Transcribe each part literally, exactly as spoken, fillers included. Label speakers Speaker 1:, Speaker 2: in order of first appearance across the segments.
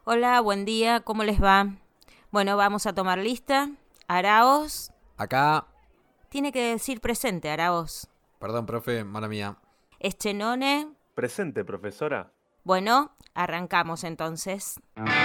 Speaker 1: Hola, buen día, ¿cómo les va? Bueno, vamos a tomar lista. Araos.
Speaker 2: Acá,
Speaker 1: Tiene que decir presente, Araos.
Speaker 2: perdón, profe, mala mía.
Speaker 1: Eschenone.
Speaker 3: Presente, profesora.
Speaker 1: Bueno, arrancamos entonces.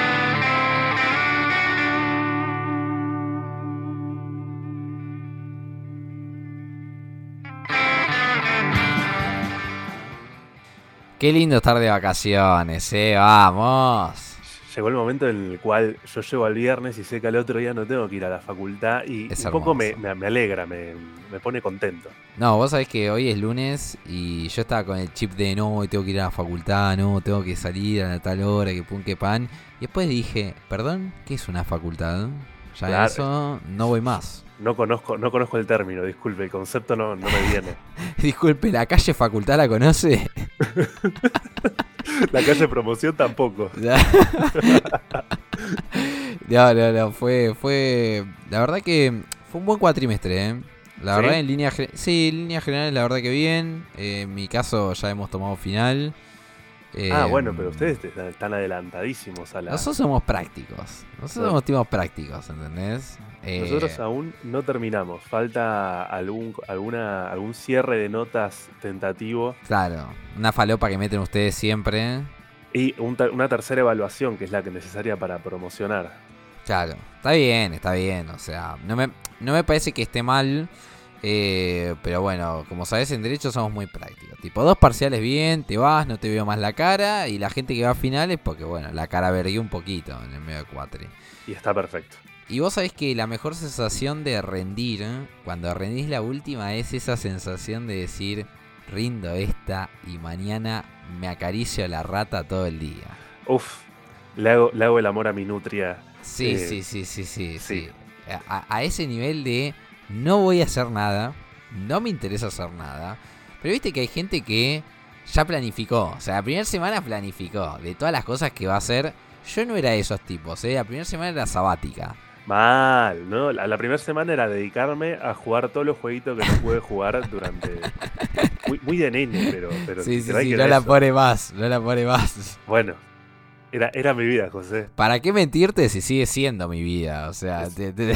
Speaker 2: Qué lindo estar de vacaciones, eh, vamos.
Speaker 3: Llegó el momento en el cual yo llego al viernes y sé que al otro día no tengo que ir a la facultad y
Speaker 2: Es
Speaker 3: un poco me,
Speaker 2: hermoso.
Speaker 3: me- me alegra, me, me pone contento.
Speaker 2: No, vos sabés que hoy es lunes y yo estaba con el chip de no, hoy tengo que ir a la facultad, no, tengo que salir a tal hora, que pun, que pan. Y después dije, perdón, ¿qué es una facultad? Ya
Speaker 3: Claro.
Speaker 2: eso no voy más.
Speaker 3: No conozco, no conozco el término, disculpe, el concepto no, no me viene.
Speaker 2: Disculpe, ¿la calle facultad la conoce?
Speaker 3: La calle Promoción tampoco.
Speaker 2: No, no, no, fue, fue, la verdad que fue un buen cuatrimestre, ¿eh? La
Speaker 3: ¿Sí?
Speaker 2: verdad, en línea, gen- sí, en líneas generales, la verdad que bien. Eh, en mi caso ya hemos tomado final. Eh,
Speaker 3: Ah, bueno, pero ustedes están, están adelantadísimos a la...
Speaker 2: Nosotros somos prácticos. Nosotros
Speaker 3: No.
Speaker 2: somos tipos prácticos, ¿entendés? Eh,
Speaker 3: Nosotros aún no terminamos. Falta algún, alguna, algún cierre de notas tentativo
Speaker 2: Claro, una falopa que meten ustedes siempre.
Speaker 3: y un ter- una tercera evaluación que es la que es necesaria para promocionar.
Speaker 2: Claro, está bien, está bien. O sea, no me, no me parece que esté mal. Eh, pero bueno, como sabes, en derecho somos muy prácticos. Tipo, dos parciales bien, te vas, no te veo más la cara. Y la gente que va a finales, porque bueno, la cara vergué un poquito en el medio de cuatri.
Speaker 3: Y está perfecto.
Speaker 2: Y vos sabés que la mejor sensación de rendir, ¿eh? Cuando rendís la última, es esa sensación de decir, rindo esta y mañana me acaricio a la rata todo el día.
Speaker 3: Uf, le hago, le hago el amor a mi nutria.
Speaker 2: Sí,
Speaker 3: Eh,
Speaker 2: sí, sí, sí, sí, sí.
Speaker 3: sí.
Speaker 2: A, a ese nivel de no voy a hacer nada, no me interesa hacer nada. Pero viste que hay gente que ya planificó. O sea, la primera semana planificó de todas las cosas que va a hacer. Yo no era de esos tipos, ¿eh? La primera semana era sabática.
Speaker 3: Mal, ¿no? La, la primera semana era dedicarme a jugar todos los jueguitos que no pude jugar durante... Muy, muy de nene, pero... pero
Speaker 2: Sí, sí,
Speaker 3: literal
Speaker 2: sí,
Speaker 3: que
Speaker 2: no
Speaker 3: era
Speaker 2: la
Speaker 3: eso.
Speaker 2: pone más, no la pone más.
Speaker 3: Bueno, era, era mi vida, José.
Speaker 2: ¿Para qué mentirte si sigue siendo mi vida? O sea, te, te-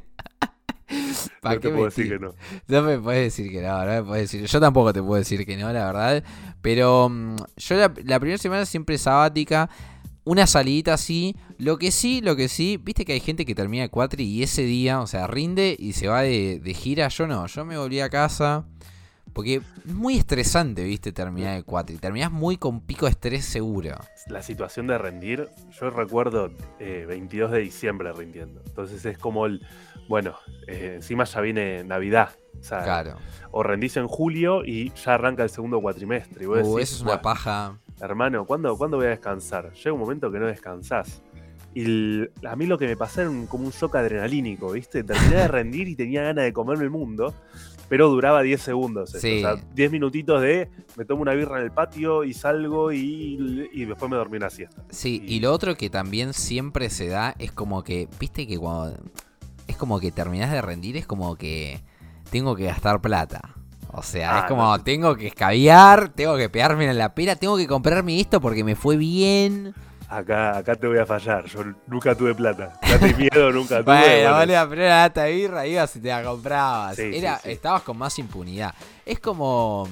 Speaker 2: ¿para
Speaker 3: No
Speaker 2: qué
Speaker 3: te puedo decir
Speaker 2: mentir?
Speaker 3: que no.
Speaker 2: No me puedes decir que no, no me puedes decir. Yo tampoco te puedo decir que no, la verdad. Pero mm, yo la, la primera semana siempre es sabática. Una salidita así. Lo que sí, lo que sí, viste que hay gente que termina el cuatri y ese día, o sea, rinde y se va de, de gira. Yo no, yo me volví a casa. Porque es muy estresante, viste, terminar el cuatri. Terminás muy con pico de estrés seguro.
Speaker 3: La situación de rendir, yo recuerdo eh, veintidós de diciembre rindiendo. Entonces es como el... Bueno, eh, encima ya viene Navidad. O sea,
Speaker 2: Claro.
Speaker 3: o rendís en julio y ya arranca el segundo cuatrimestre. Y vos
Speaker 2: Uh,
Speaker 3: decís,
Speaker 2: eso es una
Speaker 3: "Buah,
Speaker 2: paja.
Speaker 3: hermano, ¿cuándo, ¿cuándo voy a descansar?". Llega un momento que no descansás. Y el- a mí lo que me pasó era un- como un shock adrenalínico, ¿viste? Terminé de rendir y tenía ganas de comerme el mundo, pero duraba diez segundos. esto.
Speaker 2: Sí.
Speaker 3: O sea, diez minutitos de me tomo una birra en el patio y salgo y, y después me dormí una siesta.
Speaker 2: Sí,
Speaker 3: Y-
Speaker 2: y lo otro que también siempre se da es como que, viste que cuando... Es como que terminás de rendir, es como que tengo que gastar plata. O sea,
Speaker 3: Ah,
Speaker 2: es como
Speaker 3: no.
Speaker 2: tengo que escabiar, tengo que pegarme en la pera, tengo que comprarme esto porque me fue bien.
Speaker 3: Acá, acá te voy a fallar, yo nunca tuve plata. Plata y miedo nunca tuve.
Speaker 2: Bueno,
Speaker 3: bueno,
Speaker 2: boludo, pero la lata de birra ibas y te la comprabas.
Speaker 3: Sí, sí,
Speaker 2: Era,
Speaker 3: sí.
Speaker 2: Estabas con más impunidad. Es como...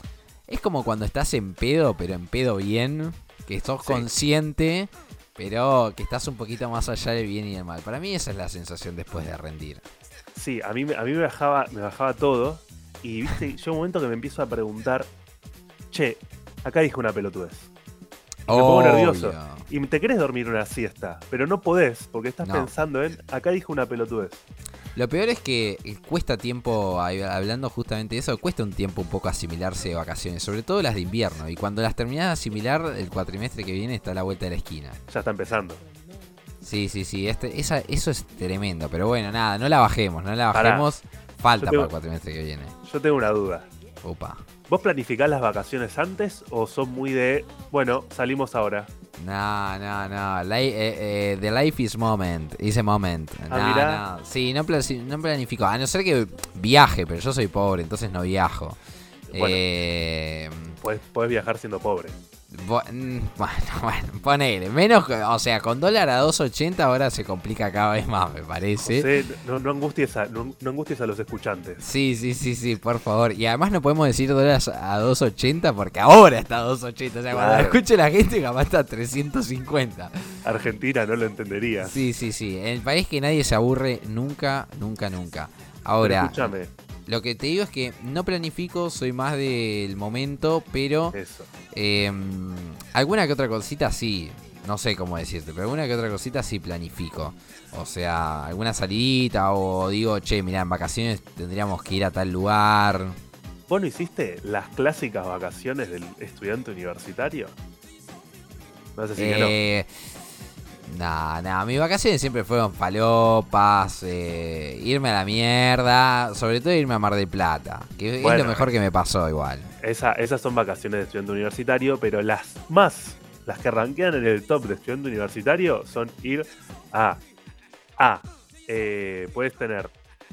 Speaker 2: Es como cuando estás en pedo, pero en pedo bien. Que sos
Speaker 3: Sí.
Speaker 2: consciente, pero que estás un poquito más allá del bien y del mal. Para mí esa es la sensación después de rendir.
Speaker 3: Sí, a mí, me- a mí me, bajaba, me bajaba todo. Y viste, llega un momento que me empiezo a preguntar, che, acá dije una pelotudez. Y me pongo nervioso.
Speaker 2: Obvio.
Speaker 3: Y te querés dormir una siesta, pero no podés, porque estás
Speaker 2: No.
Speaker 3: pensando en, acá dije una pelotudez.
Speaker 2: Lo peor es que cuesta tiempo, ahí, hablando justamente de eso, cuesta un tiempo un poco asimilarse de vacaciones, sobre todo las de invierno. Y cuando las terminás de asimilar, el cuatrimestre que viene está a la vuelta de la esquina.
Speaker 3: Ya está empezando.
Speaker 2: Sí, sí, sí, este, esa, eso es tremendo. Pero bueno, nada, no la bajemos, no la
Speaker 3: Pará.
Speaker 2: bajemos. Falta
Speaker 3: Yo tengo-
Speaker 2: para el cuatrimestre que viene.
Speaker 3: Yo tengo una duda.
Speaker 2: Opa.
Speaker 3: ¿Vos planificás las vacaciones antes o sos muy de, bueno, salimos ahora?
Speaker 2: No, no, no. Li- eh, eh, the life is moment. Is a moment.
Speaker 3: Ah,
Speaker 2: No,
Speaker 3: mirá.
Speaker 2: no. Sí, no, plasi- no planifico. A no ser que viaje, pero yo soy pobre, entonces no viajo.
Speaker 3: Bueno.
Speaker 2: Eh,
Speaker 3: Podés, podés viajar siendo pobre.
Speaker 2: Bueno, bueno, ponele. Menos, o sea, con dólar a dos ochenta ahora se complica cada vez más, me parece.
Speaker 3: José, no, no, angusties a, no, no angusties a los escuchantes.
Speaker 2: Sí, sí, sí, sí, por favor. Y además no podemos decir dólares a dos ochenta porque ahora está a dos ochenta. O sea,
Speaker 3: Claro.
Speaker 2: cuando lo escuche la gente, capaz está a trescientos cincuenta.
Speaker 3: Argentina no lo entendería.
Speaker 2: Sí, sí, sí. En el país que nadie se aburre nunca, nunca, nunca.
Speaker 3: Pero
Speaker 2: Ahora,
Speaker 3: escúchame,
Speaker 2: lo que te digo es que no planifico, soy más del momento, pero
Speaker 3: eso.
Speaker 2: eh, alguna que otra cosita sí. No sé cómo decirte, pero alguna que otra cosita sí planifico. O sea, alguna salidita o digo, che, mirá, en vacaciones tendríamos que ir a tal lugar.
Speaker 3: ¿Vos no hiciste las clásicas vacaciones del estudiante universitario? Me vas a decir que no.
Speaker 2: Eh, nah, nah, mis vacaciones siempre fueron falopas, eh, irme a la mierda, sobre todo irme a Mar del Plata, que
Speaker 3: Bueno,
Speaker 2: es lo mejor que me pasó igual.
Speaker 3: Esa, esas son vacaciones de estudiante universitario, pero las más, las que rankean en el top de estudiante universitario son ir a... A. Eh, puedes tener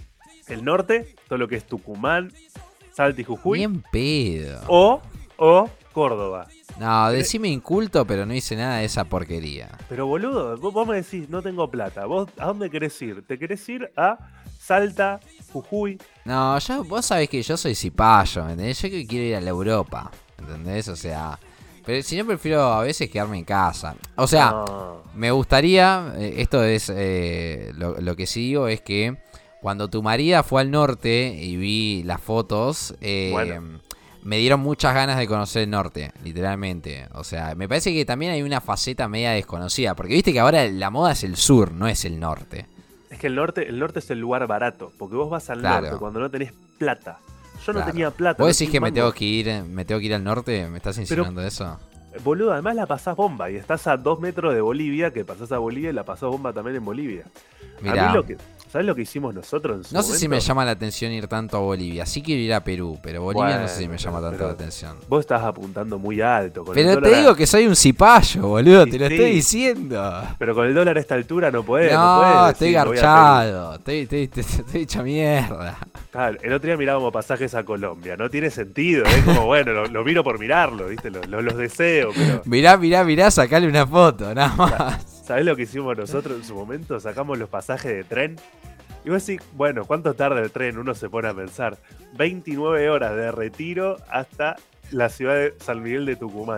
Speaker 3: el norte, todo lo que es Tucumán, Salta y Jujuy.
Speaker 2: Bien pedo.
Speaker 3: O, o Córdoba.
Speaker 2: No, decime inculto, pero no hice nada de esa porquería.
Speaker 3: Pero boludo, vos, vos me decís, no tengo plata. ¿Vos a dónde querés ir? ¿Te querés ir a Salta, Jujuy?
Speaker 2: No, yo, vos sabés que yo soy cipayo, ¿me entendés? Yo que quiero ir a la Europa, ¿entendés? O sea, pero si no prefiero a veces quedarme en casa. O sea,
Speaker 3: No.
Speaker 2: me gustaría, eh, esto es, eh, lo, lo que sí digo es que cuando tu marida fue al norte y vi las fotos, eh,
Speaker 3: Bueno.
Speaker 2: me dieron muchas ganas de conocer el norte, literalmente. O sea, me parece que también hay una faceta media desconocida, porque viste que ahora la moda es el sur, no es el norte.
Speaker 3: Es que el norte, el norte es el lugar barato, porque vos vas al
Speaker 2: Claro.
Speaker 3: norte cuando no tenés plata. Yo no
Speaker 2: Claro.
Speaker 3: tenía plata.
Speaker 2: ¿Vos
Speaker 3: no
Speaker 2: decís
Speaker 3: tenía
Speaker 2: que me
Speaker 3: mango.
Speaker 2: tengo que ir, me tengo que ir al norte? ¿Me estás insinuando eso?
Speaker 3: Boludo, además la pasás bomba y estás a dos metros de Bolivia, que pasás a Bolivia y la pasás bomba también en Bolivia.
Speaker 2: Mirá.
Speaker 3: A mí lo que, ¿sabés lo que hicimos nosotros en su
Speaker 2: No sé si me
Speaker 3: momento?
Speaker 2: llama la atención ir tanto a Bolivia. Sí quiero ir a Perú, pero Bolivia no sé si me
Speaker 3: Bueno,
Speaker 2: llama
Speaker 3: pero-
Speaker 2: tanto
Speaker 3: pero
Speaker 2: la atención.
Speaker 3: Vos estás apuntando muy alto. Con el
Speaker 2: Pero te
Speaker 3: dólar a-
Speaker 2: digo que soy un cipayo, boludo,
Speaker 3: Y
Speaker 2: te lo
Speaker 3: sí.
Speaker 2: estoy diciendo.
Speaker 3: Pero con el dólar a esta altura no podés. No,
Speaker 2: No,
Speaker 3: podés
Speaker 2: estoy
Speaker 3: decir, voy a
Speaker 2: garchado, estoy, estoy, estoy, estoy hecha mierda.
Speaker 3: Perú. Claro, el otro día mirábamos pasajes a Colombia. No tiene sentido. Es como, bueno, lo, lo miro por mirarlo, ¿viste? Lo- lo- los deseo, pero.
Speaker 2: Mirá, mirá, mirá, sacale una foto, nada más.
Speaker 3: ¿Sabés lo que hicimos nosotros en su momento? Sacamos los pasajes de tren. Y vos decís, bueno, ¿cuánto tarda el tren? Uno se pone a pensar. veintinueve horas de retiro hasta la ciudad de San Miguel de Tucumán.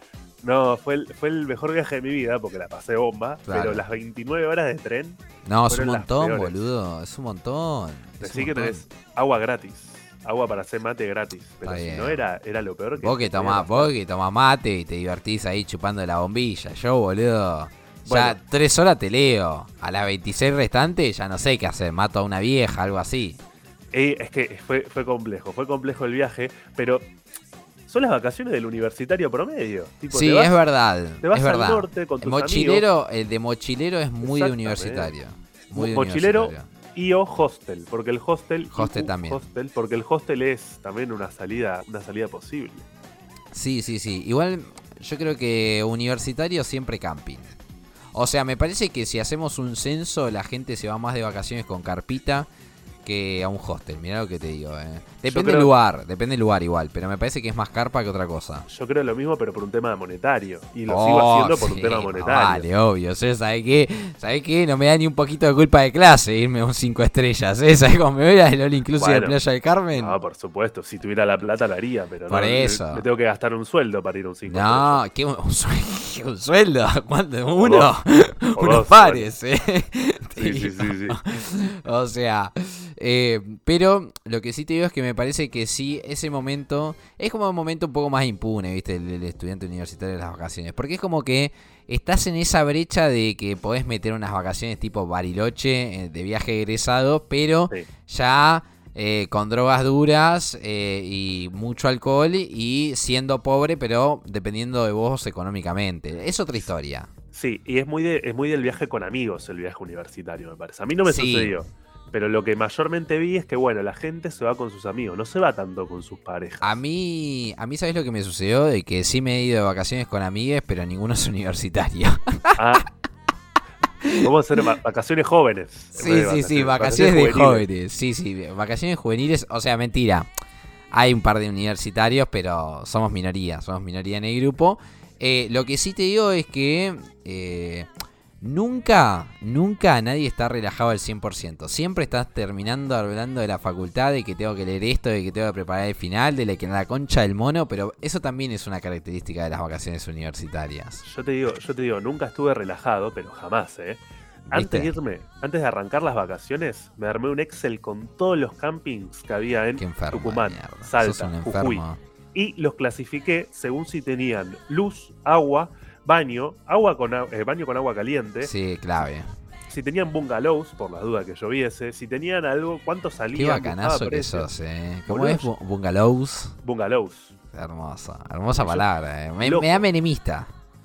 Speaker 3: No, fue el, fue el mejor viaje de mi vida porque la pasé bomba.
Speaker 2: Claro.
Speaker 3: Pero las veintinueve horas de tren,
Speaker 2: No, es un
Speaker 3: Fueron las
Speaker 2: montón,
Speaker 3: peores.
Speaker 2: boludo, es un montón. es
Speaker 3: decí
Speaker 2: un
Speaker 3: que
Speaker 2: montón.
Speaker 3: tenés agua gratis. Agua para hacer mate gratis. Pero
Speaker 2: Está
Speaker 3: si
Speaker 2: bien.
Speaker 3: no era, era lo peor que
Speaker 2: Vos que
Speaker 3: podía
Speaker 2: tomás,
Speaker 3: pasar.
Speaker 2: vos que tomás mate y te divertís ahí chupando la bombilla. Yo, boludo, ya
Speaker 3: Bueno.
Speaker 2: tres horas te leo. A las veintiséis restantes ya no sé qué hacer. Mato a una vieja, algo así.
Speaker 3: Eh, es que fue, fue complejo, fue complejo el viaje, pero son las vacaciones del universitario promedio. Tipo,
Speaker 2: Sí,
Speaker 3: te vas-
Speaker 2: es verdad.
Speaker 3: te vas
Speaker 2: es
Speaker 3: al
Speaker 2: verdad.
Speaker 3: norte con
Speaker 2: el
Speaker 3: tus
Speaker 2: mochilero, el de mochilero es muy de
Speaker 3: Exactamente.
Speaker 2: universitario. Muy de
Speaker 3: Mochilero
Speaker 2: universitario.
Speaker 3: y o hostel, porque el hostel,
Speaker 2: Hostel
Speaker 3: y u
Speaker 2: también.
Speaker 3: hostel, porque el hostel es también una salida, una salida posible.
Speaker 2: Sí, sí, sí. Igual yo creo que universitario siempre camping. O sea, me parece que si hacemos un censo, la gente se va más de vacaciones con carpita que a un hostel. Mirá lo que te digo, eh. Depende
Speaker 3: creo-
Speaker 2: del lugar, depende del lugar igual, pero me parece que es más carpa que otra cosa.
Speaker 3: Yo creo lo mismo, pero por un tema monetario. Y lo sigo haciendo por un
Speaker 2: sí,
Speaker 3: tema
Speaker 2: más
Speaker 3: monetario.
Speaker 2: Vale, obvio. ¿Sí? ¿Sabes qué? ¿Sabes qué? No me da ni un poquito de culpa de clase irme a un cinco estrellas, ¿eh? ¿Sabes cómo me voy al All Inclusive de
Speaker 3: Bueno.
Speaker 2: Playa del Carmen?
Speaker 3: No, por supuesto, si tuviera la plata la haría, pero
Speaker 2: Por
Speaker 3: no,
Speaker 2: eso.
Speaker 3: Me, me tengo que gastar un sueldo para ir a un cinco
Speaker 2: No, ¿qué? ¿Un, suel- un sueldo? ¿Cuánto? ¿Uno?
Speaker 3: dos. O
Speaker 2: Unos
Speaker 3: dos
Speaker 2: pares, ¿eh? Te
Speaker 3: Sí, sí, sí,
Speaker 2: digo.
Speaker 3: sí.
Speaker 2: O sea, eh, pero lo que sí te digo es que me parece que sí, ese momento es como un momento un poco más impune, ¿viste? El, el estudiante universitario de las vacaciones. Porque es como que estás en esa brecha de que podés meter unas vacaciones tipo Bariloche, eh, de viaje egresado, pero
Speaker 3: Sí.
Speaker 2: ya eh, con drogas duras eh, y mucho alcohol y siendo pobre, pero dependiendo de vos económicamente. Es otra historia.
Speaker 3: Sí, y es muy, de, es muy del viaje con amigos el viaje universitario, me parece. A mí no me
Speaker 2: Sí.
Speaker 3: sucedió. Pero lo que mayormente vi es que, bueno, la gente se va con sus amigos, no se va tanto con sus parejas.
Speaker 2: A mí, a mí ¿sabes lo que me sucedió? De que sí me he ido de vacaciones con amigues, pero ninguno es universitario.
Speaker 3: Ah. Vamos a hacer va- vacaciones jóvenes. en
Speaker 2: Sí,
Speaker 3: vez de
Speaker 2: sí, sí, vacaciones de
Speaker 3: juveniles.
Speaker 2: jóvenes. Sí, sí, vacaciones juveniles, o sea, mentira. Hay un par de universitarios, pero somos minoría, somos minoría en el grupo. Eh, lo que sí te digo es que eh, nunca, nunca nadie está relajado al cien por ciento. Siempre estás terminando hablando de la facultad, de que tengo que leer esto, de que tengo que preparar el final, de la que la concha del mono, pero eso también es una característica de las vacaciones universitarias.
Speaker 3: Yo te digo, yo te digo, nunca estuve relajado, pero jamás, ¿eh? Antes de irme, antes de arrancar las vacaciones, me armé un Excel con todos los campings que había en
Speaker 2: Qué enfermo,
Speaker 3: Tucumán,
Speaker 2: mierda. Sos
Speaker 3: Salta,
Speaker 2: un
Speaker 3: Jujuy.
Speaker 2: enfermo.
Speaker 3: Y los clasifiqué según si tenían luz, agua, baño, agua con a- eh, baño con agua caliente,
Speaker 2: Sí, clave.
Speaker 3: si tenían bungalows, por las dudas que lloviese, si tenían algo, cuánto salían.
Speaker 2: Qué bacanazo
Speaker 3: buscaba
Speaker 2: que
Speaker 3: precios.
Speaker 2: sos, eh. ¿Cómo
Speaker 3: Boludo,
Speaker 2: es? Bu- Bungalows.
Speaker 3: Bungalows.
Speaker 2: Hermosa, hermosa
Speaker 3: Yo-
Speaker 2: palabra, eh. Me,
Speaker 3: loco.
Speaker 2: me da menemista.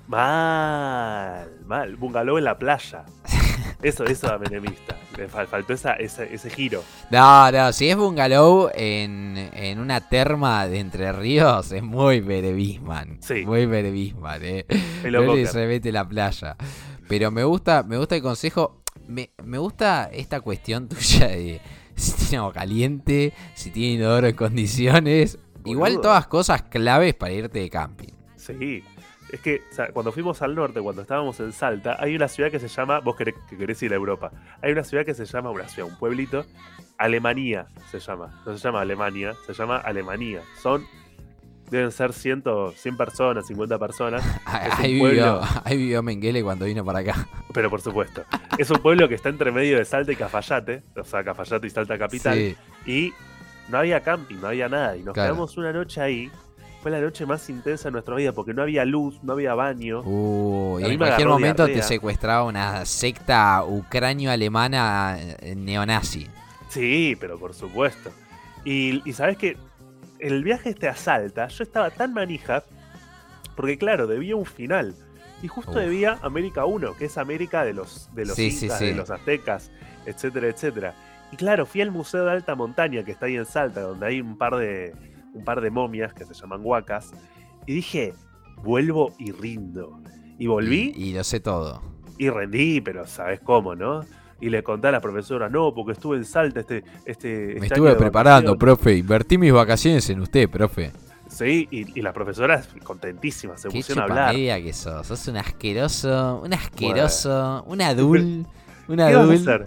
Speaker 3: Mal, mal. Bungalow en la playa. Eso, eso da menemista. Le fal- faltó esa, ese, ese giro.
Speaker 2: No, no, si es bungalow en, en una terma de Entre Ríos, es muy Bere Bisman.
Speaker 3: Sí.
Speaker 2: Muy Bere Bisman, eh.
Speaker 3: Pelo
Speaker 2: No le
Speaker 3: Cocker.
Speaker 2: se mete la playa. Pero me gusta, me gusta el consejo. Me, me gusta esta cuestión tuya de si tiene agua caliente, si tiene inodoro en condiciones. Igual
Speaker 3: Boludo.
Speaker 2: todas cosas claves para irte de camping.
Speaker 3: Sí. Es que o sea, cuando fuimos al norte, cuando estábamos en Salta, hay una ciudad que se llama, vos querés, que querés ir a Europa, hay una ciudad que se llama, una ciudad, un pueblito, Alemania se llama. No se llama Alemania, se llama Alemania. Son, deben ser cien, cien personas, cincuenta personas. Es un
Speaker 2: Ahí
Speaker 3: pueblo-
Speaker 2: vivió, ahí vivió Mengele cuando vino para acá.
Speaker 3: Pero por supuesto. Es un pueblo que está entre medio de Salta y Cafayate, o sea, Cafayate y Salta capital.
Speaker 2: Sí.
Speaker 3: Y no había camping, no había nada. Y nos
Speaker 2: Claro.
Speaker 3: quedamos una noche ahí. Fue la noche más intensa de nuestra vida porque no había luz, no había baño.
Speaker 2: Uh, y
Speaker 3: A mí
Speaker 2: en
Speaker 3: me
Speaker 2: cualquier
Speaker 3: agarró
Speaker 2: momento te
Speaker 3: diarrea.
Speaker 2: secuestraba una secta ucranio-alemana eh, neonazi.
Speaker 3: Sí, pero por supuesto. Y, y sabes que el viaje este a Salta, yo estaba tan manija, porque claro, debía un final. Y justo
Speaker 2: Uf.
Speaker 3: debía América uno, que es América de los, de los
Speaker 2: Sí, sí,
Speaker 3: incas,
Speaker 2: sí.
Speaker 3: de los aztecas, etcétera, etcétera. Y claro, fui al Museo de Alta Montaña, que está ahí en Salta, donde hay un par de, un par de momias que se llaman huacas. Y dije, vuelvo y rindo. Y volví
Speaker 2: Y, y lo sé todo.
Speaker 3: y rendí, pero ¿sabes cómo, no? Y le conté a la profesora, no, porque estuve en Salta este, este,
Speaker 2: Me
Speaker 3: este
Speaker 2: estuve
Speaker 3: año de
Speaker 2: preparando,
Speaker 3: vacaciones".
Speaker 2: profe. Invertí mis vacaciones en usted, profe.
Speaker 3: Sí, y, y la profesora es contentísima, se
Speaker 2: Qué
Speaker 3: pusieron a hablar.
Speaker 2: chupamedia que sos. Sos un asqueroso, un asqueroso, un adul, un
Speaker 3: ¿Qué vas a
Speaker 2: adul.
Speaker 3: hacer?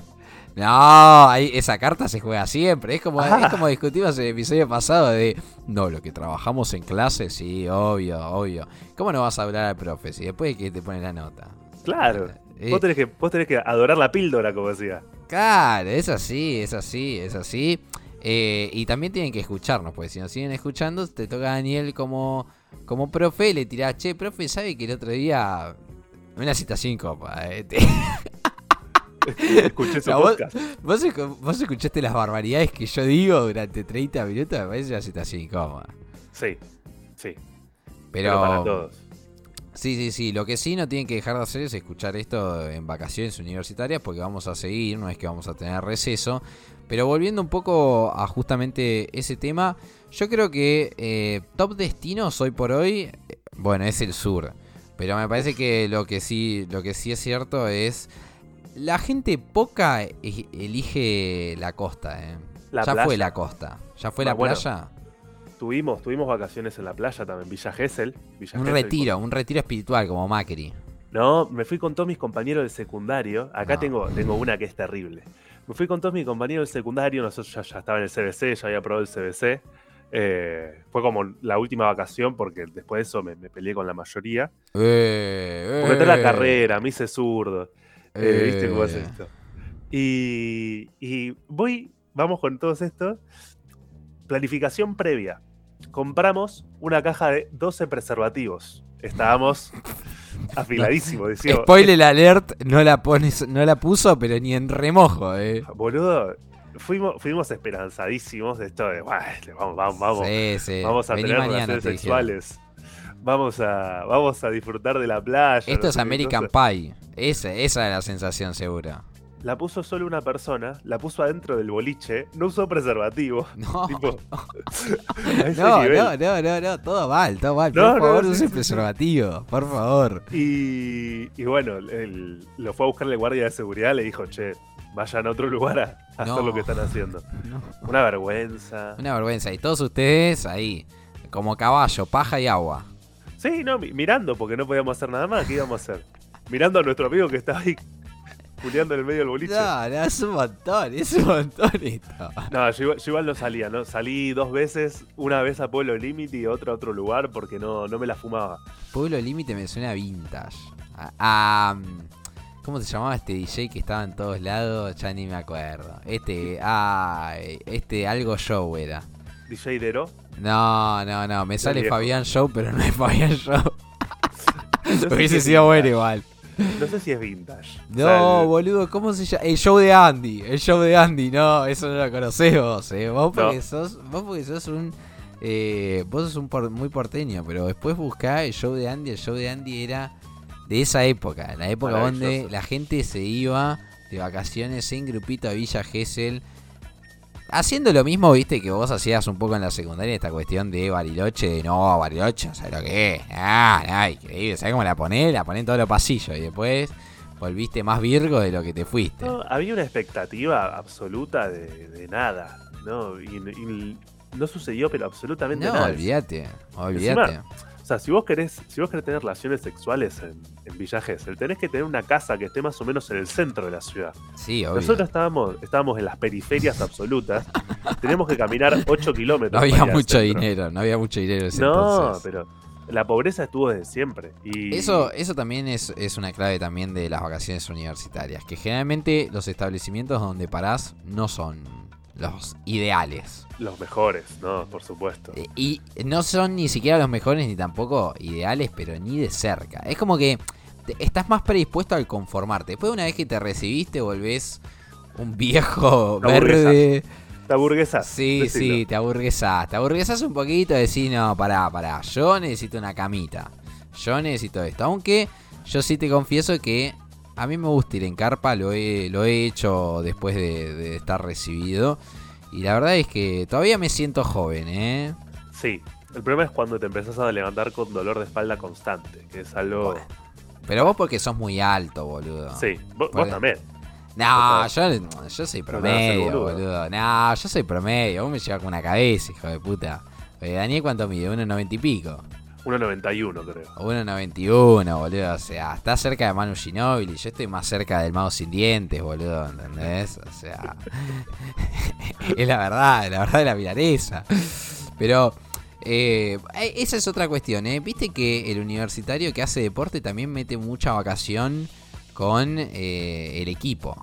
Speaker 2: No, ahí, esa carta se juega siempre. Es como,
Speaker 3: Ah.
Speaker 2: es como discutimos en el episodio pasado de, no, lo que trabajamos en clase, sí, obvio, obvio. ¿Cómo no vas a hablar al profe si después de que te pone la nota?
Speaker 3: Claro.
Speaker 2: Eh,
Speaker 3: Vos tenés, que, vos tenés que adorar la píldora, como decía.
Speaker 2: Claro, es así, es así, es así. Eh, y también tienen que escucharnos, porque si nos siguen escuchando, te toca a Daniel como, como profe, le tirás, che, profe, ¿sabe que el otro día una citación copa? Eh? Te-
Speaker 3: Escuché su
Speaker 2: No, vos-
Speaker 3: podcast.
Speaker 2: ¿Vos, escu- vos escuchaste las barbaridades que yo digo durante treinta minutos, me parece una citación incómoda.
Speaker 3: Sí, sí.
Speaker 2: Pero,
Speaker 3: Pero para todos.
Speaker 2: sí, sí, sí. Lo que sí no tienen que dejar de hacer es escuchar esto en vacaciones universitarias, porque vamos a seguir, no es que vamos a tener receso. Pero volviendo un poco a justamente ese tema, yo creo que eh, top destinos hoy por hoy, eh, bueno, es el sur. Pero me parece que lo que sí, lo que sí es cierto es la gente poca e- elige la costa. Eh.
Speaker 3: La
Speaker 2: ya
Speaker 3: playa.
Speaker 2: fue la costa, ya fue
Speaker 3: Ah,
Speaker 2: la
Speaker 3: bueno.
Speaker 2: playa.
Speaker 3: Tuvimos, tuvimos vacaciones en la playa también, Villa Gesell. Villa
Speaker 2: Un
Speaker 3: Gesell,
Speaker 2: retiro, un retiro espiritual como Macri.
Speaker 3: No, me fui con todos mis compañeros del secundario. Acá
Speaker 2: No.
Speaker 3: tengo, tengo una que es terrible. Me fui con todos mis compañeros del secundario. Nosotros ya, ya estaba en el C B C, ya había probado el C B C. Eh, fue como la última vacación porque después de eso me, me peleé con la mayoría.
Speaker 2: Eh,
Speaker 3: Completé la
Speaker 2: eh,
Speaker 3: carrera, me hice zurdo. Eh, ¿Viste cómo es
Speaker 2: eh.
Speaker 3: esto? Y, y voy, vamos con todos estos. Planificación previa. Compramos una caja de doce preservativos. Estábamos afiladísimos. Decíamos,
Speaker 2: Spoiler alert, no la pones, no la puso, pero ni en remojo, eh.
Speaker 3: boludo, fuimos, fuimos esperanzadísimos de esto de, "Buah, vamos, vamos, vamos,
Speaker 2: Sí, sí.
Speaker 3: vamos a
Speaker 2: Vení
Speaker 3: tener
Speaker 2: mañana,
Speaker 3: relaciones
Speaker 2: te dijeron.
Speaker 3: sexuales. Vamos a, vamos a disfrutar de la playa.
Speaker 2: Esto
Speaker 3: no
Speaker 2: es
Speaker 3: sé qué
Speaker 2: American
Speaker 3: cosa".
Speaker 2: Pie. Esa, esa es la sensación segura.
Speaker 3: La puso solo una persona, la puso adentro del boliche, no usó preservativo.
Speaker 2: No,
Speaker 3: Tipo, a ese
Speaker 2: no,
Speaker 3: nivel.
Speaker 2: no, no, no, no, todo mal, todo mal.
Speaker 3: No,
Speaker 2: por
Speaker 3: no,
Speaker 2: favor,
Speaker 3: sí,
Speaker 2: use
Speaker 3: sí, sí.
Speaker 2: preservativo, por favor.
Speaker 3: Y, y bueno, él, lo fue a buscar el guardia de seguridad, le dijo, che, vayan a otro lugar a, a
Speaker 2: No.
Speaker 3: hacer lo que están haciendo.
Speaker 2: No.
Speaker 3: Una vergüenza.
Speaker 2: Una vergüenza. Y todos ustedes ahí, como caballo, paja y agua.
Speaker 3: Sí, no, mi- mirando, porque no podíamos hacer nada más. ¿Qué íbamos a hacer? Mirando a nuestro amigo que estaba ahí culeando en el medio del boliche.
Speaker 2: No, no, es un montón, es un montón esto.
Speaker 3: No, yo, igual- yo igual no salía, ¿no? Salí dos veces, una vez a Pueblo Límite y otra a otro lugar porque no, no me la fumaba.
Speaker 2: Pueblo Límite me suena vintage. A, a- ¿Cómo se llamaba este D J que estaba en todos lados? Ya ni me acuerdo. Este, ah, este algo show era.
Speaker 3: D J Dero.
Speaker 2: No, no, no, me sale
Speaker 3: viejo.
Speaker 2: Fabián Show, pero no es Fabián Show.
Speaker 3: No sé si
Speaker 2: Hubiese
Speaker 3: es
Speaker 2: sido bueno
Speaker 3: vintage.
Speaker 2: igual.
Speaker 3: No sé si es vintage.
Speaker 2: No,
Speaker 3: O sea, el-
Speaker 2: boludo, ¿cómo se llama? El show de Andy, el show de Andy, no, eso no lo conocés vos, eh. Vos porque
Speaker 3: No.
Speaker 2: sos, vos porque sos un, eh, vos sos un por- muy porteño, pero después buscá el show de Andy, el show de Andy era de esa época, la época donde
Speaker 3: Maravilloso.
Speaker 2: la gente se iba de vacaciones en grupito a Villa Gesell, haciendo lo mismo, viste, que vos hacías un poco en la secundaria, esta cuestión de Bariloche, de no, Bariloche, ¿sabes lo que es? Ah, no, increíble, ¿sabes cómo la ponés? La ponés en todos los pasillos y después volviste más virgo de lo que te fuiste.
Speaker 3: no, había una expectativa absoluta de, de nada, ¿no? Y, y no sucedió, pero absolutamente
Speaker 2: No,
Speaker 3: nada.
Speaker 2: olvídate, olvídate.
Speaker 3: Encima, o sea, si vos querés, si vos querés tener relaciones sexuales en, en Villa Gesell, tenés que tener una casa que esté más o menos en el centro de la ciudad.
Speaker 2: Sí, obvio.
Speaker 3: Nosotros estábamos, estábamos en las periferias absolutas. Teníamos que caminar ocho kilómetros.
Speaker 2: No había
Speaker 3: para ir al
Speaker 2: mucho
Speaker 3: centro.
Speaker 2: dinero, no había mucho dinero en ese
Speaker 3: No,
Speaker 2: entonces.
Speaker 3: pero la pobreza estuvo desde siempre. Y
Speaker 2: Eso, eso también es, es una clave también de las vacaciones universitarias, que generalmente los establecimientos donde parás no son los ideales.
Speaker 3: los mejores, ¿no? Por supuesto.
Speaker 2: Eh, Y no son ni siquiera los mejores ni tampoco ideales, pero ni de cerca. Es como que te- estás más predispuesto al conformarte. Después, una vez que te recibiste, volvés un viejo
Speaker 3: Te aburguesás.
Speaker 2: verde.
Speaker 3: ¿Te aburguesas?
Speaker 2: Sí,
Speaker 3: Decilo.
Speaker 2: sí, te aburguesás. Te aburguesás un poquito y decís, no, pará, pará. Yo necesito una camita. Yo necesito esto. Aunque yo sí te confieso que a mí me gusta ir en carpa. Lo he, lo he hecho después de, de estar recibido. Y la verdad es que todavía me siento joven, ¿eh?
Speaker 3: Sí. El problema es cuando te empezás a levantar con dolor de espalda constante, que es algo...
Speaker 2: Bueno. Pero vos porque sos muy alto, boludo.
Speaker 3: Sí, vos,
Speaker 2: Porque-
Speaker 3: vos también.
Speaker 2: No, yo, yo soy
Speaker 3: No te hagas el
Speaker 2: promedio,
Speaker 3: boludo.
Speaker 2: boludo. No, yo soy promedio. Vos me llevas con una cabeza, hijo de puta. Oye, Daniel, ¿cuánto mide? uno noventa y pico.
Speaker 3: uno noventa y uno, creo.
Speaker 2: uno noventa y uno, boludo. O sea, está cerca de Manu Ginóbili. Yo estoy más cerca del mago sin dientes, boludo. ¿Entendés? O sea, es la verdad, la verdad de la milanesa. Pero eh, esa es otra cuestión, ¿eh? Viste que el universitario que hace deporte también mete mucha vacación con eh, el equipo.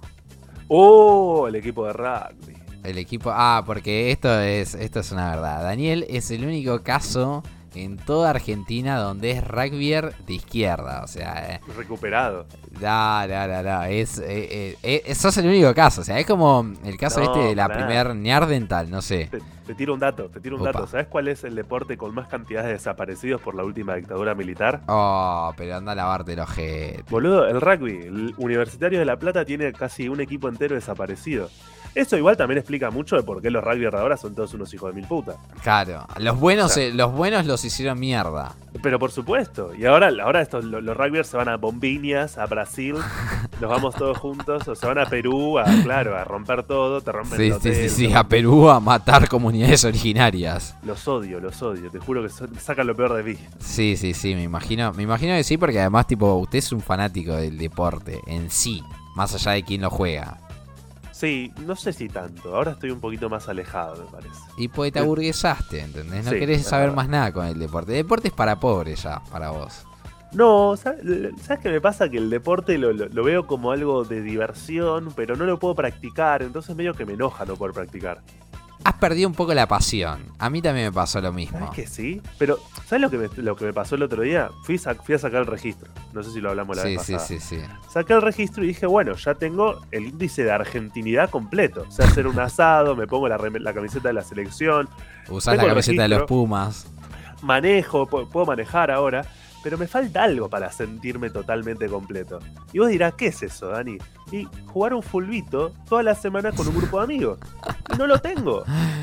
Speaker 3: ¡Oh! El equipo de rugby.
Speaker 2: El equipo. Ah, porque esto es, esto es una verdad. Daniel es el único caso en toda Argentina donde es rugbyer de izquierda. O sea, eh,
Speaker 3: Recuperado.
Speaker 2: no, no, no, no. Es, eh, eh, eh, sos el único caso. O sea, es como el caso
Speaker 3: No,
Speaker 2: este de la
Speaker 3: pará.
Speaker 2: primer Neardental, no sé.
Speaker 3: Te, te tiro un dato, te tiro un
Speaker 2: Opa.
Speaker 3: dato. ¿Sabes cuál es el deporte con más cantidad de desaparecidos por la última dictadura militar?
Speaker 2: Oh, pero anda a lavarte el ojete.
Speaker 3: Boludo, el rugby. El Universitario de La Plata tiene casi un equipo entero desaparecido. Eso igual también explica mucho de por qué los rugby de ahora son todos unos hijos de mil putas.
Speaker 2: Claro, los buenos,
Speaker 3: O sea.
Speaker 2: eh, los buenos los hicieron mierda.
Speaker 3: Pero por supuesto. Y ahora, ahora estos, los, los rugbyers se van a Bombiñas, a Brasil, nos vamos todos juntos, o se van a Perú, a, claro, a romper todo, te rompen
Speaker 2: Sí,
Speaker 3: el
Speaker 2: sí,
Speaker 3: hotel,
Speaker 2: sí, sí,
Speaker 3: te
Speaker 2: a
Speaker 3: rompen-
Speaker 2: Perú a matar comunidades originarias.
Speaker 3: Los odio, los odio, te juro que son- sacan lo peor de mí.
Speaker 2: Sí, sí, sí, me imagino, me imagino que sí, porque además, tipo, usted es un fanático del deporte en sí, más allá de quién lo juega.
Speaker 3: Sí, no sé si tanto, ahora estoy un poquito más alejado, me parece.
Speaker 2: Y pues te aburguesaste, ¿entendés? No
Speaker 3: Sí,
Speaker 2: querés
Speaker 3: es
Speaker 2: saber
Speaker 3: verdad.
Speaker 2: más nada con el deporte. El deporte es para pobres ya, para vos.
Speaker 3: No, ¿sabes, ¿sabes qué me pasa? Que el deporte lo, lo- lo veo como algo de diversión, pero no lo puedo practicar, entonces medio que me enoja no poder practicar.
Speaker 2: Has perdido un poco la pasión. A mí también me pasó lo mismo.
Speaker 3: ¿Sabes que sí? Pero, ¿sabes lo que me, lo que me pasó el otro día? Fui, sa- fui a sacar el registro, no sé si lo hablamos la
Speaker 2: Sí,
Speaker 3: vez
Speaker 2: sí,
Speaker 3: pasada.
Speaker 2: sí, sí.
Speaker 3: Saqué el registro y dije, bueno, ya tengo el índice de argentinidad completo. Sé hacer un asado, me pongo la, rem- la camiseta de la selección,
Speaker 2: Usás la
Speaker 3: Tengo el
Speaker 2: camiseta de los
Speaker 3: registro.
Speaker 2: Pumas.
Speaker 3: manejo, pu- puedo manejar ahora, pero me falta algo para sentirme totalmente completo. Y vos dirás, ¿qué es eso, Dani? Y jugar un fulbito toda la semana con un grupo de amigos. Y no lo tengo.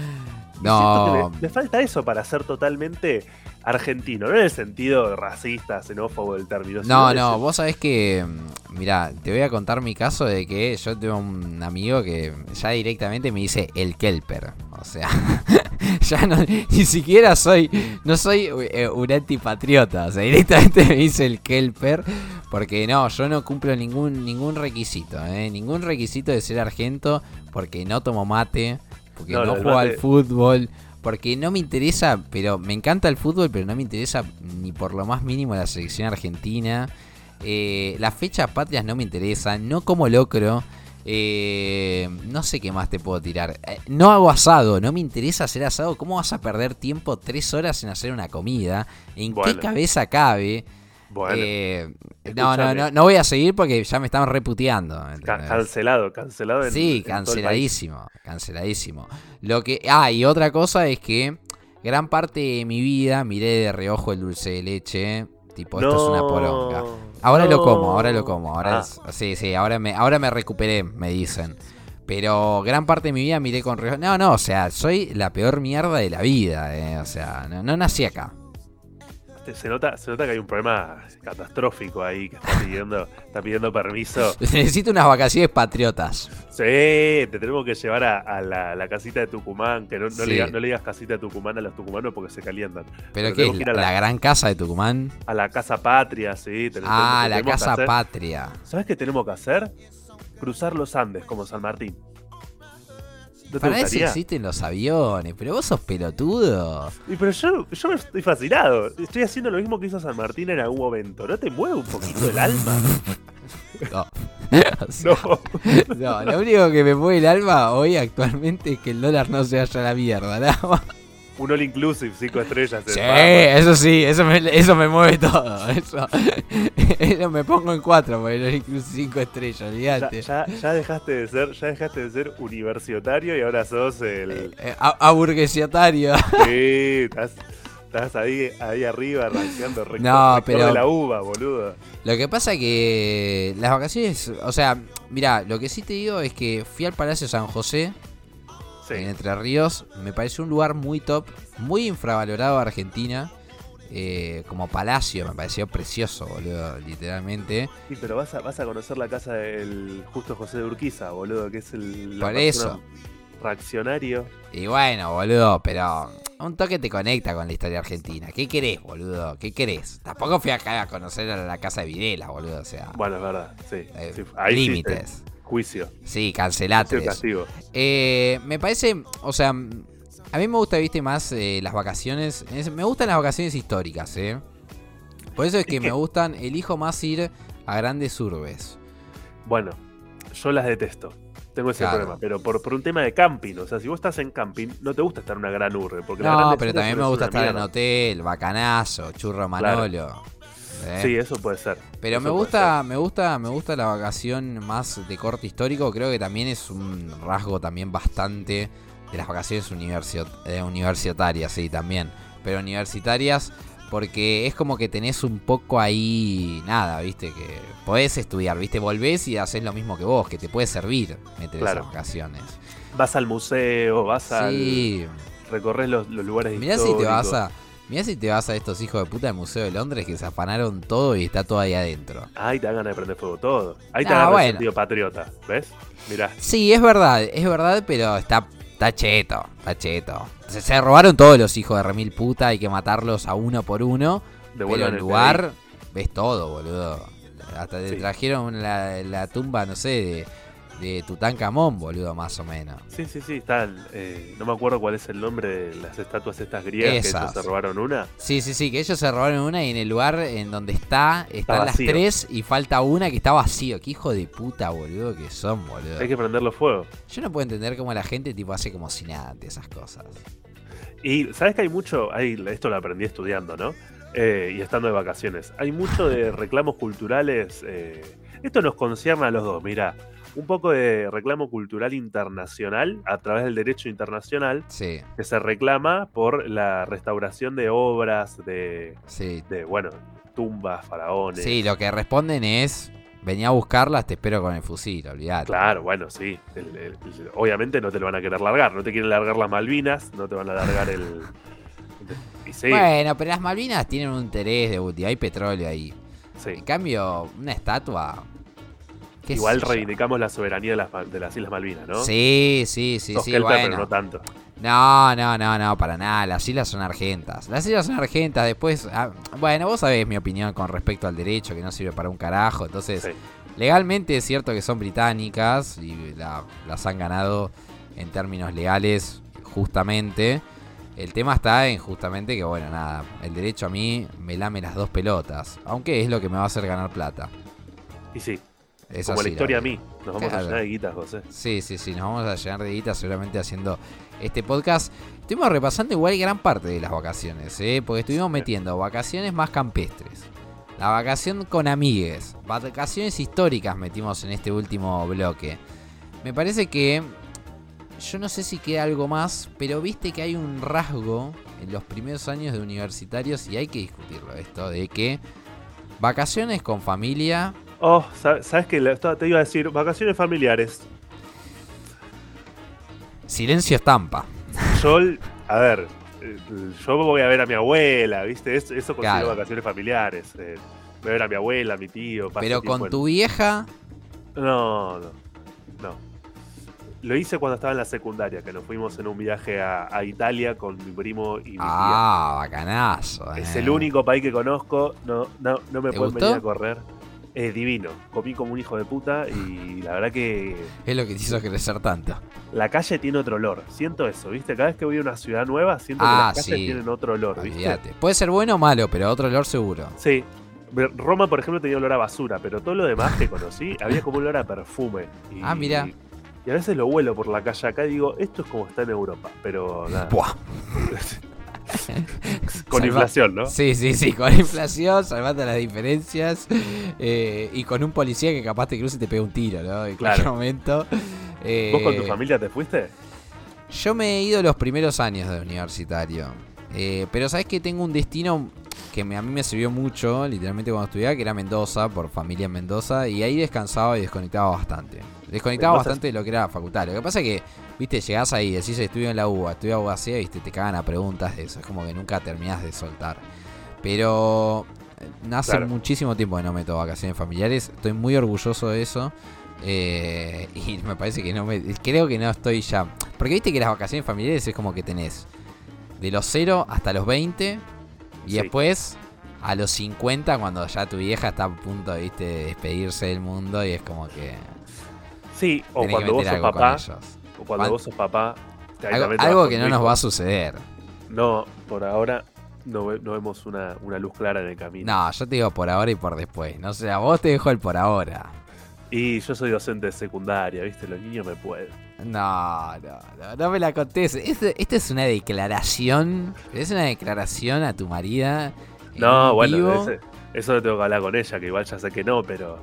Speaker 3: Y siento
Speaker 2: No,
Speaker 3: que me, me falta eso para ser totalmente argentino, no en el sentido racista, xenófobo del término. sino
Speaker 2: no,
Speaker 3: en
Speaker 2: no,
Speaker 3: ese-
Speaker 2: vos sabés que, mirá, te voy a contar mi caso de que yo tengo un amigo que ya directamente me dice el Kelper. O sea, ya no, ni siquiera soy, no soy eh, un antipatriota, o sea, directamente me dice el Kelper, porque no, yo no cumplo ningún ningún requisito, eh, ningún requisito de ser argento, porque no tomo mate, porque no, no juego mate. al fútbol, porque no me interesa, pero me encanta el fútbol, pero no me interesa ni por lo más mínimo la selección argentina, eh, las fechas patrias no me interesan, no como locro. Eh, no sé qué más te puedo tirar. Eh, no hago asado, no me interesa hacer asado. ¿Cómo vas a perder tiempo tres horas en hacer una comida? ¿En bueno. qué cabeza cabe?
Speaker 3: Bueno,
Speaker 2: eh, no, no, no, no voy a seguir porque ya me están reputeando.
Speaker 3: Ca- cancelado, cancelado. En,
Speaker 2: sí,
Speaker 3: en
Speaker 2: canceladísimo, canceladísimo. Lo que, ah, y otra cosa es que gran parte de mi vida miré de reojo el dulce de leche. Tipo, esto no, es una poronga. Ahora no. lo como, ahora lo como. Ahora ah. es, sí, sí, ahora me, ahora me recuperé, me dicen. Pero gran parte de mi vida miré con reojo. No, no, o sea, soy la peor mierda de la vida, eh. O sea, no, no nací acá.
Speaker 3: Se nota, se nota que hay un problema catastrófico ahí, que está pidiendo, está pidiendo permiso.
Speaker 2: Necesito unas vacaciones patriotas.
Speaker 3: Sí, te tenemos que llevar a, a la, la casita de Tucumán, que no, no, sí. le digas, no le digas casita de Tucumán a los tucumanos porque se calientan.
Speaker 2: ¿Pero, ¿Pero qué es? La, la gran casa de Tucumán?
Speaker 3: A la casa patria, sí.
Speaker 2: Tenemos, ah, la casa patria.
Speaker 3: ¿Sabes qué tenemos que hacer? Cruzar los Andes como San Martín.
Speaker 2: ¿No Para eso existen los aviones, pero vos sos pelotudo.
Speaker 3: Y pero yo, yo estoy fascinado. Estoy haciendo lo mismo que hizo San Martín en algún momento. ¿No te mueve un poquito el alma?
Speaker 2: No. O sea, no. No, lo único que me mueve el alma hoy actualmente es que el dólar no se vaya a la mierda, ¿no?
Speaker 3: Un all inclusive, cinco estrellas.
Speaker 2: Sí, eso sí, eso me, eso me mueve todo. Eso, eso me pongo en cuatro, porque el all inclusive cinco estrellas, olvídate.
Speaker 3: Ya, ya, ya dejaste de ser, ya dejaste de ser universitario y ahora sos el
Speaker 2: eh, eh, aburguesiatario.
Speaker 3: Sí, estás, estás ahí, ahí arriba arrancando rector,
Speaker 2: no,
Speaker 3: rector
Speaker 2: pero
Speaker 3: de la uva, boludo.
Speaker 2: Lo que pasa que las vacaciones, o sea, mirá, lo que sí te digo es que fui al Palacio San José. Sí. En Entre Ríos, me pareció un lugar muy top, muy infravalorado de Argentina, eh, como palacio, me pareció precioso, boludo, literalmente.
Speaker 3: Sí, pero vas a, vas a conocer la casa del Justo José de Urquiza, boludo, que es el
Speaker 2: Por eso.
Speaker 3: reaccionario.
Speaker 2: Y bueno, boludo, pero un toque te conecta con la historia argentina. ¿Qué querés, boludo? ¿Qué querés? Tampoco fui acá a conocer a la casa de Videla, boludo, o sea.
Speaker 3: Bueno, es verdad, sí.
Speaker 2: Eh,
Speaker 3: sí.
Speaker 2: Límites.
Speaker 3: Sí, juicio.
Speaker 2: Sí, cancelatres.
Speaker 3: Castigo.
Speaker 2: Eh, me parece, o sea, a mí me gusta, viste, más eh, las vacaciones. Me gustan las vacaciones históricas, eh. Por eso es que me gustan, elijo más ir a grandes urbes.
Speaker 3: Bueno, yo las detesto. Tengo ese
Speaker 2: claro.
Speaker 3: problema, pero por, por un tema de camping. O sea, si vos estás en camping, no te gusta estar en una gran urbe. Porque
Speaker 2: no, pero también me gusta estar mierda. En hotel, bacanazo, churro Manolo. Claro. ¿Eh?
Speaker 3: Sí, eso puede ser.
Speaker 2: Pero
Speaker 3: eso
Speaker 2: me gusta, me gusta, me gusta la vacación más de corte histórico. Creo que también es un rasgo también bastante de las vacaciones universi- eh, universitarias, sí, también. Pero universitarias, porque es como que tenés un poco ahí, nada, viste, que podés estudiar, viste, volvés y haces lo mismo que vos, que te puede servir meter claro. esas vacaciones.
Speaker 3: Vas al museo, vas
Speaker 2: sí.
Speaker 3: al... recorres los, los lugares
Speaker 2: Mirá
Speaker 3: históricos.
Speaker 2: Si te vas a... Mirá si te vas a estos hijos de puta del Museo de Londres que se afanaron todo y está todo ahí adentro.
Speaker 3: Ahí te dan ganas de prender fuego todo. Ahí te
Speaker 2: ah,
Speaker 3: agarra
Speaker 2: bueno.
Speaker 3: el sentido patriota, ¿ves? Mirá.
Speaker 2: Sí, es verdad, es verdad, pero está, está cheto, está cheto. Se, se robaron todos los hijos de remil puta, hay que matarlos a uno por uno. Pero en lugar ves todo, boludo. Hasta te sí. trajeron la, la tumba, no sé, de... de Tutankamón, boludo, más o menos.
Speaker 3: Sí, sí, sí, están. Eh, no me acuerdo cuál es el nombre de las estatuas estas griegas. Esas. Que ellos se robaron una.
Speaker 2: Sí, sí, sí, que ellos se robaron una y en el lugar en donde está, están las tres y falta una que está vacío. Qué hijo de puta, boludo, que son, boludo.
Speaker 3: Hay que prenderlo fuego.
Speaker 2: Yo no puedo entender cómo la gente tipo hace como si nada ante esas cosas.
Speaker 3: Y sabes que hay mucho, hay, esto lo aprendí estudiando, ¿no? Eh, y estando de vacaciones. Hay mucho de reclamos culturales. Eh, esto nos concierne a los dos, mirá. Un poco de reclamo cultural internacional a través del derecho internacional
Speaker 2: sí.
Speaker 3: que se reclama por la restauración de obras, de,
Speaker 2: sí.
Speaker 3: de bueno, tumbas, faraones.
Speaker 2: Sí, lo que responden es, venía a buscarlas, te espero con el fusil, olvidate.
Speaker 3: Claro, bueno, sí. El, el, el, obviamente no te lo van a querer largar, no te quieren largar las Malvinas, no te van a largar el... y sí.
Speaker 2: Bueno, pero las Malvinas tienen un interés de útil, hay petróleo ahí.
Speaker 3: Sí.
Speaker 2: En cambio, una estatua...
Speaker 3: Igual reivindicamos la soberanía de las, de las Islas Malvinas, ¿no?
Speaker 2: Sí, sí, sí,
Speaker 3: Sos
Speaker 2: sí,
Speaker 3: Kelper,
Speaker 2: bueno.
Speaker 3: pero no tanto.
Speaker 2: No, no, no, no, para nada. Las islas son argentas. Las islas son argentas. Después, ah, bueno, vos sabés mi opinión con respecto al derecho, que no sirve para un carajo. Entonces,
Speaker 3: Sí.
Speaker 2: legalmente es cierto que son británicas y la- las han ganado en términos legales justamente. El tema está en justamente que, bueno, nada, el derecho a mí me lame las dos pelotas. Aunque es lo que me va a hacer ganar plata.
Speaker 3: Y sí,
Speaker 2: Es
Speaker 3: como
Speaker 2: así,
Speaker 3: la historia a
Speaker 2: verdad.
Speaker 3: mí. Nos vamos
Speaker 2: Claro.
Speaker 3: a llenar de guitas, José.
Speaker 2: Sí, sí, sí, nos vamos a llenar de guita seguramente haciendo este podcast. Estuvimos repasando igual gran parte de las vacaciones, ¿eh? Porque estuvimos metiendo vacaciones más campestres. La vacación con amigues. Vacaciones históricas metimos en este último bloque. Me parece que... Yo no sé si queda algo más, pero viste que hay un rasgo en los primeros años de universitarios y hay que discutirlo esto, de que vacaciones con familia...
Speaker 3: Oh, sa- ¿sabes qué? La- Te iba a decir, vacaciones familiares.
Speaker 2: Silencio estampa.
Speaker 3: Yo, a ver, eh, yo voy a ver a mi abuela, ¿viste? Eso, eso considero
Speaker 2: Claro.
Speaker 3: vacaciones familiares. eh. Voy a ver a mi abuela, a mi tío. paso
Speaker 2: Pero
Speaker 3: tiempo
Speaker 2: con
Speaker 3: en-
Speaker 2: tu vieja...
Speaker 3: No, no, no. Lo hice cuando estaba en la secundaria, que nos fuimos en un viaje a, a Italia con mi primo y mi
Speaker 2: Ah, bacanazo.
Speaker 3: tía. Es
Speaker 2: eh.
Speaker 3: el único país que conozco, no, no, no me
Speaker 2: ¿Te
Speaker 3: pueden
Speaker 2: gustó?
Speaker 3: venir a correr. Es divino. Comí como un hijo de puta y la verdad que
Speaker 2: Es lo que te hizo crecer tanto.
Speaker 3: la calle tiene otro olor. Siento eso, ¿viste? Cada vez que voy a una ciudad nueva, siento
Speaker 2: Ah,
Speaker 3: que las calles
Speaker 2: sí.
Speaker 3: tienen otro olor, ¿viste?
Speaker 2: Olvídate. Puede ser bueno o malo, pero otro olor seguro.
Speaker 3: Sí. Roma, por ejemplo, tenía olor a basura, pero todo lo demás que conocí había como olor a perfume. Y,
Speaker 2: Ah, mira.
Speaker 3: Y a veces lo huelo por la calle acá y digo, esto es como está en Europa, pero nada.
Speaker 2: Buah.
Speaker 3: Con
Speaker 2: Salva-
Speaker 3: inflación, ¿no?
Speaker 2: Sí, sí, sí, con inflación, salvando las diferencias. eh, y con un policía que capaz te cruce y te pega un tiro, ¿no? En
Speaker 3: Claro.
Speaker 2: cualquier momento. Eh,
Speaker 3: ¿Vos con tu familia te fuiste?
Speaker 2: Yo me he ido los primeros años de universitario. Eh, pero sabes que tengo un destino que me- a mí me sirvió mucho, literalmente cuando estudiaba, que era Mendoza, por familia en Mendoza. Y ahí descansaba y desconectaba bastante. Desconectaba
Speaker 3: Mendoza es-
Speaker 2: bastante de lo que era la facultad. Lo que pasa es que, viste, llegás ahí, decís estudio en la U B A, estudio abogacía, viste, te cagan a preguntas de eso. Es como que nunca terminás de soltar. Pero eh, hace
Speaker 3: Claro.
Speaker 2: muchísimo tiempo que no meto vacaciones familiares. Estoy muy orgulloso de eso. Eh, y me parece que no me. Creo que no estoy ya. Porque viste que las vacaciones familiares es como que tenés de los cero hasta los veinte. Y
Speaker 3: Sí.
Speaker 2: después a los cincuenta, cuando ya tu vieja está a punto, viste, de despedirse del mundo. Y es como que.
Speaker 3: Sí, o
Speaker 2: tenés que
Speaker 3: cuando vos
Speaker 2: meter
Speaker 3: sos
Speaker 2: algo con
Speaker 3: papá.
Speaker 2: ellos.
Speaker 3: O cuando
Speaker 2: Cuan-
Speaker 3: vos sos papá. te- ahí
Speaker 2: Algo,
Speaker 3: también te
Speaker 2: algo
Speaker 3: vas
Speaker 2: que
Speaker 3: con
Speaker 2: no
Speaker 3: tu
Speaker 2: nos
Speaker 3: hijo.
Speaker 2: va a suceder.
Speaker 3: No, por ahora no, ve- no vemos una, una luz clara en el camino.
Speaker 2: No, yo te digo por ahora y por después. No sé, a vos te dejo el por ahora.
Speaker 3: Y yo soy docente de secundaria, ¿viste? Los niños me pueden.
Speaker 2: No, no, no, no me la contés. Este- Esta es una declaración. Es una declaración a tu marida. en
Speaker 3: No,
Speaker 2: un
Speaker 3: bueno,
Speaker 2: vivo.
Speaker 3: ese- eso lo tengo que hablar con ella, que igual ya sé que no, pero.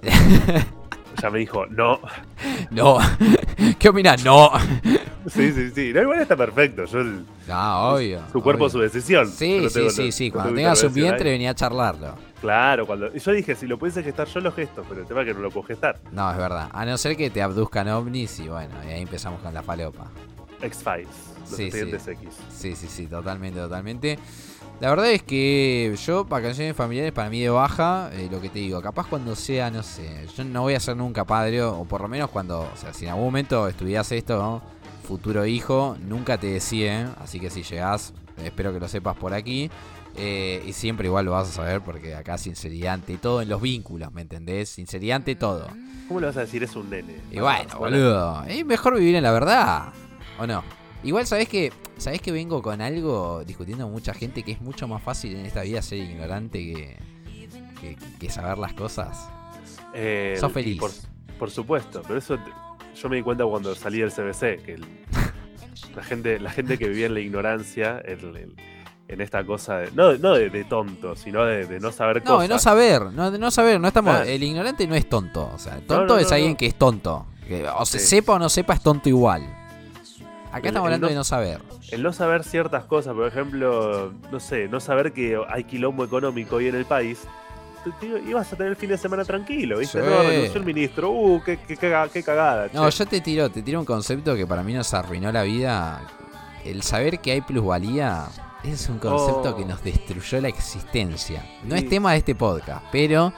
Speaker 3: Ya me dijo, no.
Speaker 2: No. ¿Qué opinas? No.
Speaker 3: Sí, sí, sí. No, igual está perfecto. Yo, el-
Speaker 2: No, obvio.
Speaker 3: su cuerpo,
Speaker 2: obvio.
Speaker 3: su decisión. Yo
Speaker 2: Sí,
Speaker 3: no
Speaker 2: sí,
Speaker 3: tengo-
Speaker 2: sí,
Speaker 3: no-
Speaker 2: sí.
Speaker 3: no
Speaker 2: Cuando
Speaker 3: tengo
Speaker 2: tengas un
Speaker 3: intervención
Speaker 2: vientre
Speaker 3: ahí.
Speaker 2: venía a charlarlo.
Speaker 3: Claro, cuando. Y yo dije, si lo pudiese gestar yo lo gesto, pero el tema es que no lo puedo gestar.
Speaker 2: No, es verdad. A no ser que te abduzcan ovnis y bueno, y ahí empezamos con la falopa.
Speaker 3: X-Files, los
Speaker 2: Sí,
Speaker 3: expedientes
Speaker 2: sí.
Speaker 3: X.
Speaker 2: Sí, sí, sí, totalmente, totalmente. La verdad es que yo, vacaciones familiares para mí de baja, eh, lo que te digo, capaz cuando sea, no sé, yo no voy a ser nunca padre, o por lo menos cuando, o sea, si en algún momento estudias esto, ¿no? Futuro hijo, nunca te decía, así que si llegás, eh, espero que lo sepas por aquí. Eh, y siempre igual lo vas a saber porque acá sinceridad ante todo en los vínculos, ¿me entendés? Sinceridad ante todo.
Speaker 3: ¿Cómo le vas a decir es un nene?
Speaker 2: Y bueno, boludo, es mejor vivir en la verdad, ¿o no? Igual sabés que, sabés que vengo con algo discutiendo con mucha gente que es mucho más fácil en esta vida ser ignorante que, que, que saber las cosas.
Speaker 3: Eh,
Speaker 2: Sos
Speaker 3: y
Speaker 2: feliz.
Speaker 3: Por, por supuesto, pero eso te- yo me di cuenta cuando salí del C B C, que el- la, gente, la gente que vivía en la ignorancia, el- el- en esta cosa, de, no, no de, de tonto, sino de, de no saber
Speaker 2: No,
Speaker 3: cosas.
Speaker 2: de no saber, no, de no saber, no estamos.
Speaker 3: Ah.
Speaker 2: El ignorante no es tonto. O sea, tonto
Speaker 3: no,
Speaker 2: es
Speaker 3: no,
Speaker 2: alguien
Speaker 3: no.
Speaker 2: que es tonto. Que, o se
Speaker 3: Sí.
Speaker 2: sepa o no sepa, es tonto igual. Acá
Speaker 3: El-
Speaker 2: estamos
Speaker 3: el
Speaker 2: hablando
Speaker 3: no-
Speaker 2: de no saber.
Speaker 3: El no saber ciertas cosas, por ejemplo, no sé, no saber que hay quilombo económico hoy en el país, te- te- ibas a tener el fin de semana tranquilo, ¿viste?
Speaker 2: Sí.
Speaker 3: No, renunció el ministro, uh, qué, qué, caga- qué cagada.
Speaker 2: No,
Speaker 3: che.
Speaker 2: yo te tiro, te tiro un concepto que para mí nos arruinó la vida. El saber que hay plusvalía es un concepto
Speaker 3: Oh.
Speaker 2: que nos destruyó la existencia. No
Speaker 3: Sí.
Speaker 2: es tema de este podcast, pero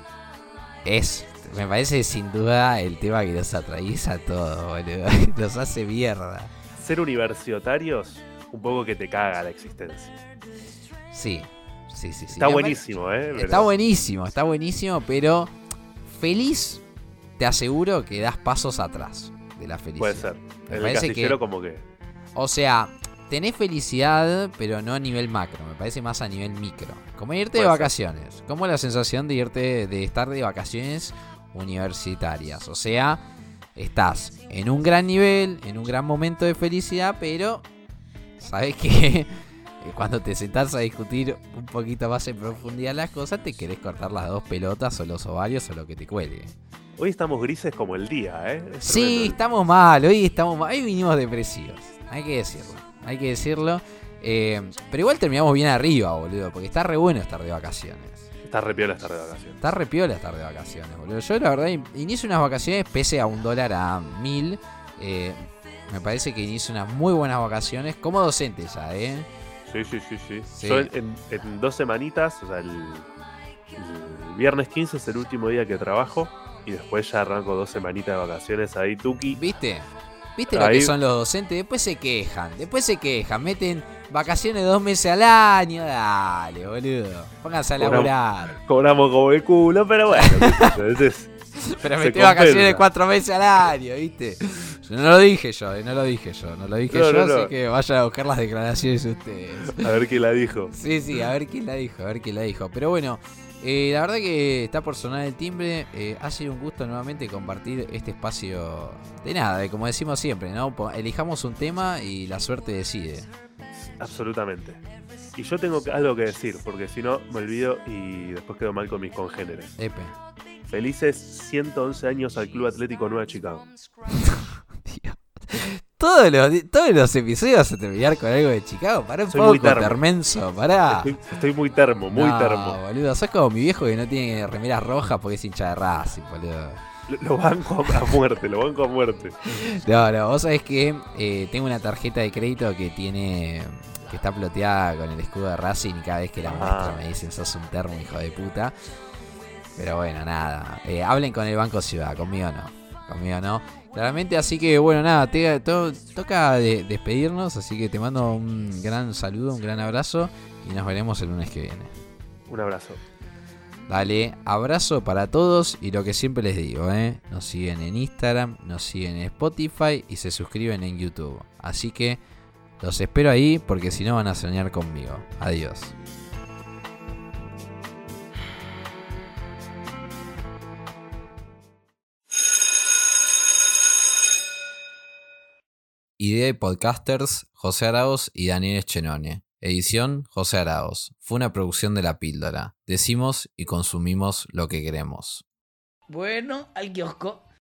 Speaker 2: es, me parece sin duda el tema que nos atraviesa a todos, boludo. Nos hace mierda.
Speaker 3: ser universitarios, un poco que te caga la existencia.
Speaker 2: Sí, sí, sí. sí.
Speaker 3: Está buenísimo, ¿eh?
Speaker 2: Está
Speaker 3: Pero...
Speaker 2: buenísimo, está buenísimo, pero feliz, te aseguro que das pasos atrás de la felicidad.
Speaker 3: Puede ser.
Speaker 2: Me
Speaker 3: En el
Speaker 2: parece
Speaker 3: casillero
Speaker 2: que,
Speaker 3: como que...
Speaker 2: o sea, tenés felicidad, pero no a nivel macro, me parece más a nivel micro. Como irte
Speaker 3: Puede
Speaker 2: de
Speaker 3: ser.
Speaker 2: vacaciones, como la sensación de irte, de estar de vacaciones universitarias. O sea, estás en un gran nivel, en un gran momento de felicidad, pero sabes que cuando te sentás a discutir un poquito más en profundidad las cosas, te querés cortar las dos pelotas o los ovarios o lo que te cuelgue.
Speaker 3: Hoy estamos grises como el día, ¿eh? Es
Speaker 2: Sí,
Speaker 3: tremendo.
Speaker 2: estamos mal, hoy estamos mal, hoy vinimos depresivos, hay que decirlo, hay que decirlo. Eh, pero igual terminamos bien arriba, boludo, porque está re bueno estar de vacaciones.
Speaker 3: Está re piola estar de vacaciones.
Speaker 2: Está re piola estar de vacaciones, boludo. Yo la verdad inicio unas vacaciones pese a un dólar a mil. Eh, me parece que inicio unas muy buenas vacaciones como docente ya, ¿eh?
Speaker 3: Sí, sí, sí, sí.
Speaker 2: Sí.
Speaker 3: Yo en, en- en dos semanitas, o sea, el, el viernes quince es el último día que trabajo y después ya arranco dos semanitas de vacaciones ahí, tuki.
Speaker 2: ¿Viste? ¿Viste lo
Speaker 3: Ahí-
Speaker 2: que son los docentes? Después se quejan, después se quejan, meten vacaciones dos meses al año. Dale, boludo. Pónganse a
Speaker 3: Cobramos.
Speaker 2: laburar.
Speaker 3: Cobramos como el culo, pero bueno, qué sé yo, ese es-
Speaker 2: Pero
Speaker 3: se
Speaker 2: metí vacaciones
Speaker 3: compensa.
Speaker 2: cuatro meses al año, ¿viste? Yo no lo dije yo, eh, no lo dije yo, no lo dije
Speaker 3: No,
Speaker 2: yo,
Speaker 3: no, no.
Speaker 2: así que vayan a buscar las declaraciones ustedes.
Speaker 3: a ver quién la dijo.
Speaker 2: Sí, sí, a ver quién la dijo, a ver quién la dijo. Pero bueno, eh, la verdad que está por sonar el timbre. Eh, ha sido un gusto nuevamente compartir este espacio de nada, de como decimos siempre, ¿no? Po- Elijamos un tema y la suerte decide.
Speaker 3: Absolutamente. Y yo tengo que- algo que decir, porque si no me olvido y después quedo mal con mis congéneres.
Speaker 2: Epe.
Speaker 3: Felices ciento once años al Club Atlético Nueva Chicago.
Speaker 2: Tío. Todos los, todos los episodios vas a terminar con algo de Chicago. Pará un
Speaker 3: Soy muy
Speaker 2: poco,
Speaker 3: termo.
Speaker 2: Termenso, pará.
Speaker 3: Estoy, estoy muy termo, muy
Speaker 2: No,
Speaker 3: termo.
Speaker 2: boludo, sos como mi viejo que no tiene remeras rojas porque es hincha de Racing, boludo.
Speaker 3: Lo, lo banco a, a muerte, lo banco a muerte.
Speaker 2: No, no, vos sabés que eh, tengo una tarjeta de crédito que tiene, que está ploteada con el escudo de Racing y cada vez que la muestro
Speaker 3: Ah.
Speaker 2: me dicen sos un termo, hijo de puta. Pero bueno, nada, eh, hablen con el Banco Ciudad, conmigo no, conmigo no. Claramente, así que bueno, nada, te, to- toca de- despedirnos, así que te mando un gran saludo, un gran abrazo y nos veremos el lunes que viene.
Speaker 3: Un abrazo.
Speaker 2: Dale, abrazo para todos y lo que siempre les digo, ¿eh? Nos siguen en Instagram, nos siguen en Spotify y se suscriben en YouTube. Así que los espero ahí porque si no van a soñar conmigo. Adiós. Idea y podcasters José Arauz y Daniel Schenone. Edición José Arauz. Fue una producción de La Píldora. Decimos y consumimos lo que queremos.
Speaker 4: Bueno, al kiosco.